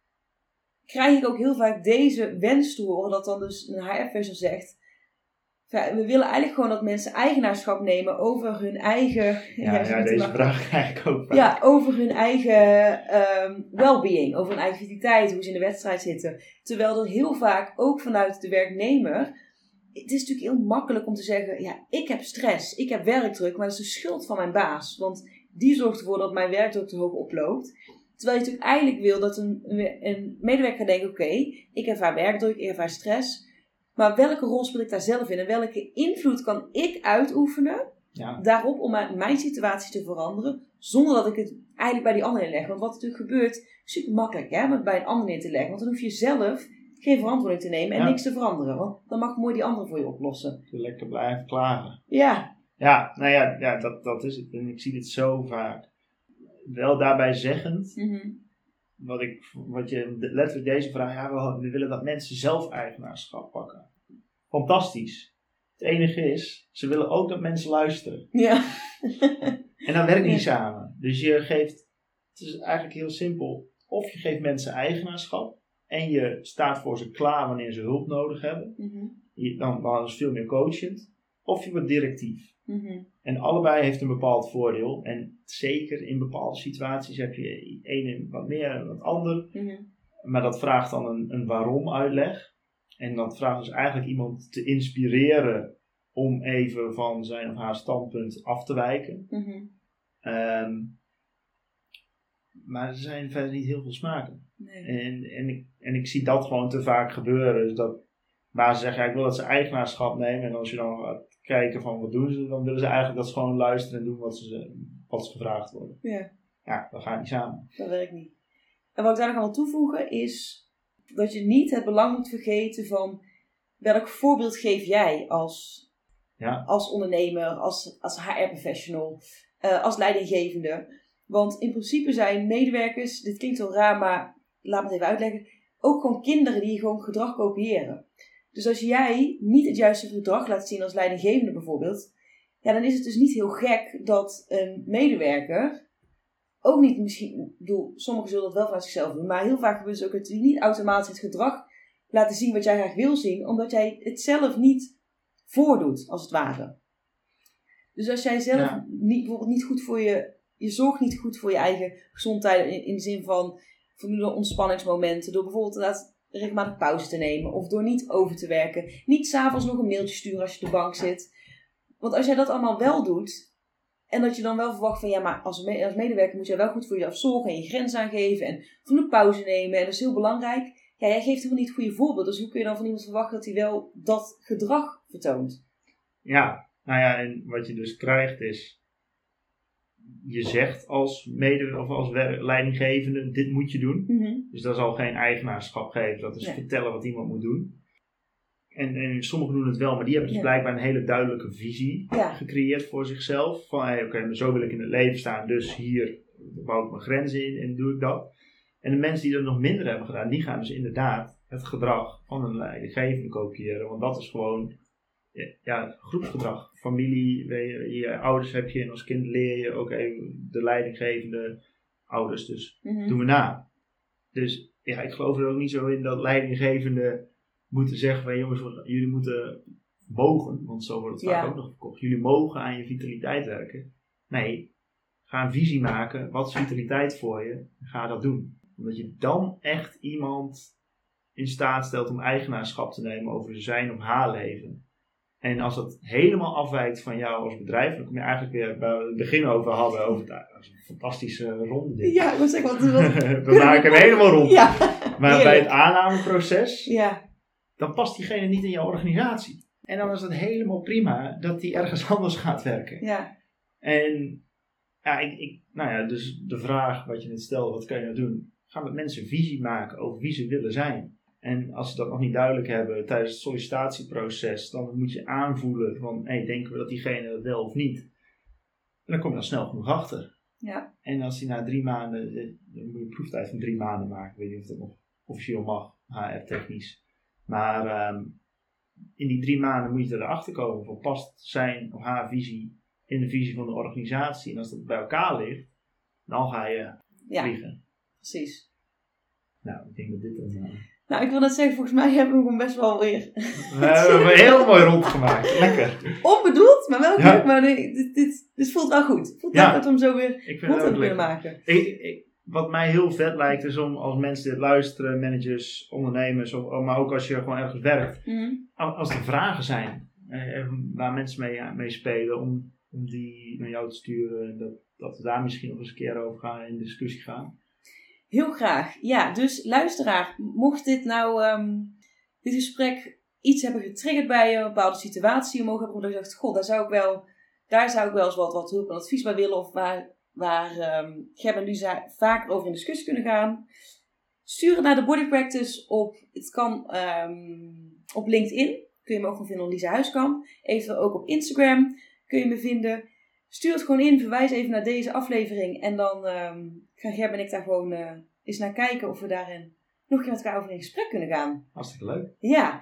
krijg ik ook heel vaak deze wens te horen. Dat dan dus een H R-professional zegt. We willen eigenlijk gewoon dat mensen eigenaarschap nemen over hun eigen... Ja, ja, ja deze vraag krijg ik ook vaak. Ja, over hun eigen um, well-being. Over hun eigen vitaliteit. Hoe ze in de wedstrijd zitten. Terwijl er heel vaak, ook vanuit de werknemer... Het is natuurlijk heel makkelijk om te zeggen... Ja, ik heb stress. Ik heb werkdruk. Maar dat is de schuld van mijn baas. Want die zorgt ervoor dat mijn werkdruk te hoog oploopt. Terwijl je natuurlijk eigenlijk wil dat een, een medewerker denkt... Oké, okay, ik ervaar werkdruk. Ik ervaar stress... Maar welke rol speel ik daar zelf in? En welke invloed kan ik uitoefenen ja. daarop om mijn situatie te veranderen? Zonder dat ik het eigenlijk bij die ander neerleg. Want wat natuurlijk gebeurt, super makkelijk hè, om het bij een ander neer te leggen. Want dan hoef je zelf geen verantwoording te nemen en ja. niks te veranderen. Want dan mag mooi die ander voor je oplossen. Je lekker blijven klagen. Ja. Ja, nou ja, ja dat, dat is het. En ik zie dit zo vaak. Wel daarbij zeggend... Mm-hmm. Wat, ik, wat je letterlijk deze vraag, ja, we, we willen dat mensen zelf eigenaarschap pakken. Fantastisch. Het enige is, ze willen ook dat mensen luisteren. Ja. En dan werkt niet ja. samen. Dus je geeft, het is eigenlijk heel simpel. Of je geeft mensen eigenaarschap en je staat voor ze klaar wanneer ze hulp nodig hebben. Mm-hmm. Je, dan, dan is het veel meer coachend. Of je wordt directief. Mm-hmm. En allebei heeft een bepaald voordeel. En zeker in bepaalde situaties heb je een wat meer en wat ander. Mm-hmm. Maar dat vraagt dan een, een waarom uitleg. En dat vraagt dus eigenlijk iemand te inspireren om even van zijn of haar standpunt af te wijken. Mm-hmm. Um, maar er zijn verder niet heel veel smaken. Nee. En, en, ik, en ik zie dat gewoon te vaak gebeuren. Dus dat waar ze zeggen, ja, ik wil dat ze eigenaarschap nemen. En als je dan gaat kijken van wat doen ze, dan willen ze eigenlijk dat ze gewoon luisteren en doen wat ze, wat ze gevraagd worden. Ja. Ja, dat gaat niet samen. Dat werkt niet. En wat ik daar nog aan wil toevoegen is dat je niet het belang moet vergeten van welk voorbeeld geef jij als, ja. als ondernemer, als, als H R-professional, uh, als leidinggevende. Want in principe zijn medewerkers, dit klinkt wel raar, maar laat me het even uitleggen, ook gewoon kinderen die gewoon gedrag kopiëren. Dus als jij niet het juiste gedrag laat zien als leidinggevende bijvoorbeeld, ja, dan is het dus niet heel gek dat een medewerker ook niet misschien, ik bedoel, sommigen zullen dat wel vanuit zichzelf doen, maar heel vaak gebeurt het ook dat die niet automatisch het gedrag laten zien wat jij graag wil zien, omdat jij het zelf niet voordoet, als het ware. Dus als jij zelf ja. niet, bijvoorbeeld niet goed voor je, je zorgt niet goed voor je eigen gezondheid in, in de zin van voldoende ontspanningsmomenten, door bijvoorbeeld inderdaad regelmatig pauze te nemen of door niet over te werken, niet 's avonds nog een mailtje sturen als je op de bank zit. Want als jij dat allemaal wel doet, en dat je dan wel verwacht van, ja, maar als, me- als medewerker moet je wel goed voor jezelf zorgen en je grens aangeven en voldoende pauze nemen. En dat is heel belangrijk. Ja, jij geeft helemaal niet het goede voorbeeld. Dus hoe kun je dan van iemand verwachten dat hij wel dat gedrag vertoont? Ja, nou ja, en wat je dus krijgt is, je zegt als mede of als wer- leidinggevende, dit moet je doen. Mm-hmm. Dus dat zal geen eigenaarschap geven. Dat is nee. vertellen wat iemand moet doen. En, en sommigen doen het wel, maar die hebben dus ja. blijkbaar een hele duidelijke visie ja. gecreëerd voor zichzelf. Van, hey, oké, okay, zo wil ik in het leven staan, dus hier bouw ik mijn grenzen in en doe ik dat. En de mensen die dat nog minder hebben gedaan, die gaan dus inderdaad het gedrag van een leidinggevende kopiëren. Want dat is gewoon ja, groepsgedrag. Familie, je, je ouders heb je en als kind leer je ook even de leidinggevende ouders. Dus mm-hmm. doen we na. Dus ja, ik geloof er ook niet zo in dat leidinggevende moeten zeggen van jongens, jullie moeten mogen, want zo wordt het vaak ja. ook nog verkocht. Jullie mogen aan je vitaliteit werken. Nee, ga een visie maken. Wat is vitaliteit voor je? Ga dat doen. Omdat je dan echt iemand in staat stelt om eigenaarschap te nemen over zijn of haar leven. En als dat helemaal afwijkt van jou als bedrijf, dan kom je eigenlijk weer bij het begin over hadden, over het, dat is een fantastische ronde dit. Ja, ik wil zeggen, wat, wat we maken hem helemaal rond. Ja. Maar Heerlijk. bij het aannameproces, ja. dan past diegene niet in jouw organisatie. En dan is het helemaal prima dat die ergens anders gaat werken. Ja. En ja, ik, ik, nou ja, dus de vraag wat je net stelde, wat kan je nou doen? Ga met mensen visie maken over wie ze willen zijn. En als ze dat nog niet duidelijk hebben tijdens het sollicitatieproces, dan moet je aanvoelen van, hey, denken we dat diegene dat wel of niet? En dan kom je dan snel genoeg achter. Ja. En als die na drie maanden, dan moet je een proeftijd van drie maanden maken. Ik weet niet of dat nog officieel mag, H R-technisch. Maar um, in die drie maanden moet je erachter komen van, past zijn of haar visie in de visie van de organisatie? En als dat bij elkaar ligt, dan ga je ja. vliegen. Precies. Nou, ik denk dat dit een... Uh... Nou, ik wil net zeggen, volgens mij hebben we hem best wel weer... We hebben hem heel mooi rondgemaakt. Lekker. Onbedoeld, maar wel ja. leuk. Maar nee, dit, dit, dit voelt wel goed. Het voelt ja. leuk dat we hem zo weer ik vind rond hebben het kunnen maken. Ik, ik, wat mij heel vet lijkt is om als mensen dit luisteren, managers, ondernemers, of, maar ook als je gewoon ergens werkt. Mm-hmm. Als er vragen zijn eh, waar mensen mee, mee spelen, om, om die naar jou te sturen. En dat, dat we daar misschien nog eens een keer over gaan in discussie gaan. Heel graag. Ja, dus luisteraar, mocht dit nou, um, dit gesprek iets hebben getriggerd bij je, een bepaalde situatie, mogen hebben, dat je dacht, god, daar zou ik wel, daar zou ik wel eens wat, wat hulp en advies bij willen, of waar, waar um, Geb en Lisa vaker over in discussie kunnen gaan. Stuur het naar de Body Practice op, het kan um, op LinkedIn, kun je me ook nog vinden op Lisa Huiskamp, eventueel ook op Instagram kun je me vinden. Stuur het gewoon in, verwijs even naar deze aflevering en dan um, gaan Geb en ik daar gewoon uh, eens naar kijken of we daarin nog een keer met elkaar over in gesprek kunnen gaan. Hartstikke leuk. Ja.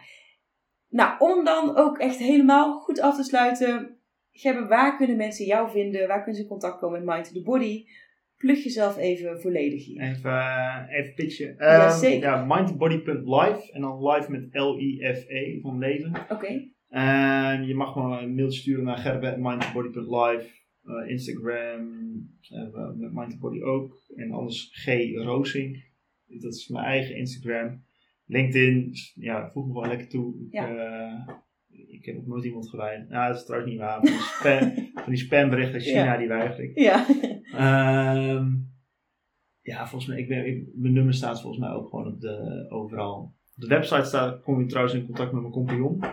Nou, om dan ook echt helemaal goed af te sluiten, Geb, waar kunnen mensen jou vinden? Waar kunnen ze in contact komen met Mind to the Body? Plug jezelf even volledig hier. Even, uh, even pitchen. Ja, um, zeker. Ja, mind to body punt live en dan live met L I F E van leven. Oké. Okay. En je mag me een mailtje sturen naar gerbe at mind to body punt live. Uh, Instagram, uh, met Mind to Body ook. En anders G. Roosing. Dat is mijn eigen Instagram. LinkedIn, ja, voeg me gewoon lekker toe. Ik, ja. uh, ik heb nog nooit iemand geweigerd. Nou, dat is trouwens niet waar. Van die, spam, van die spamberichten uit China, ja. Die weiger ik. Ja. Um, ja, volgens mij, ik ben, ik, mijn nummer staat volgens mij ook gewoon op de, overal. Op de website staat, kom je trouwens in contact met mijn compagnon. Ja.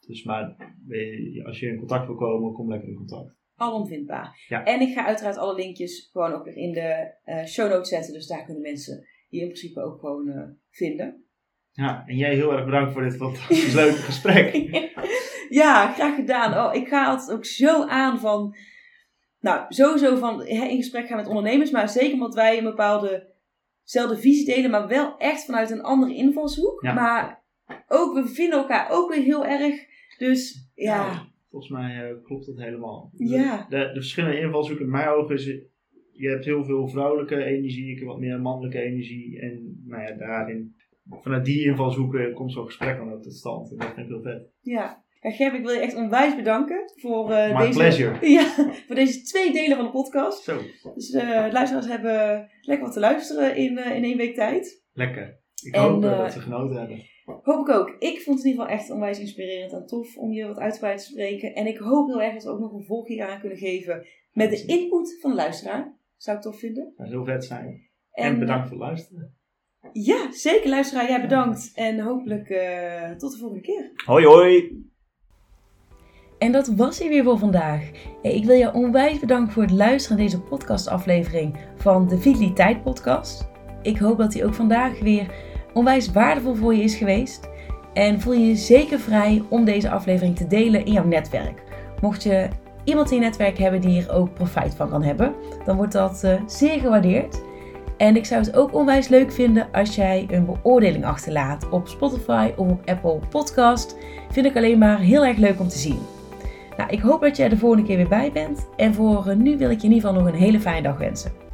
Dus maar als je in contact wil komen, kom lekker in contact. Alom vindbaar. Ja. En ik ga uiteraard alle linkjes gewoon ook weer in de uh, show notes zetten. Dus daar kunnen mensen die in principe ook gewoon uh, vinden. Ja, en jij heel erg bedankt voor dit fantastisch leuke gesprek. Ja, graag gedaan. Oh, ik ga altijd ook zo aan van... Nou, sowieso van hè, in gesprek gaan met ondernemers. Maar zeker omdat wij een bepaalde zelfde visie delen. Maar wel echt vanuit een andere invalshoek. Ja. Maar ook, we vinden elkaar ook weer heel erg. Dus ja... ja volgens mij uh, klopt dat helemaal. Ja. De, de, de verschillende invalshoeken in mijn ogen is... Je hebt heel veel vrouwelijke energie. Ik heb wat meer mannelijke energie. En nou ja, daarin... Vanuit die invalshoeken komt zo'n gesprek dan ook tot stand. En dat vind ik heel vet. Ja. Ja, Geb, ik wil je echt onwijs bedanken voor, uh, My deze, pleasure. Ja, voor deze twee delen van de podcast. Zo. Dus de uh, luisteraars hebben lekker wat te luisteren in, uh, in één week tijd. Lekker. Ik en, hoop uh, uh, dat ze genoten hebben. Hoop ik ook. Ik vond het in ieder geval echt onwijs inspirerend en tof om je wat uitgebreid te spreken. En ik hoop heel erg dat we ook nog een volg hier aan kunnen geven met de input van de luisteraar. Zou ik tof vinden. Dat zou heel vet zijn. En, en bedankt voor het luisteren. Ja, zeker luisteraar. Jij bedankt. En hopelijk uh, tot de volgende keer. Hoi hoi. En dat was hij weer voor vandaag. Ik wil je onwijs bedanken voor het luisteren naar deze podcastaflevering van de Vitaliteit Podcast. Ik hoop dat die ook vandaag weer onwijs waardevol voor je is geweest. En voel je je zeker vrij om deze aflevering te delen in jouw netwerk. Mocht je iemand in je netwerk hebben die hier ook profijt van kan hebben, dan wordt dat uh, zeer gewaardeerd. En ik zou het ook onwijs leuk vinden als jij een beoordeling achterlaat op Spotify of op Apple Podcast. Vind ik alleen maar heel erg leuk om te zien. Nou, ik hoop dat jij er de volgende keer weer bij bent. En voor nu wil ik je in ieder geval nog een hele fijne dag wensen.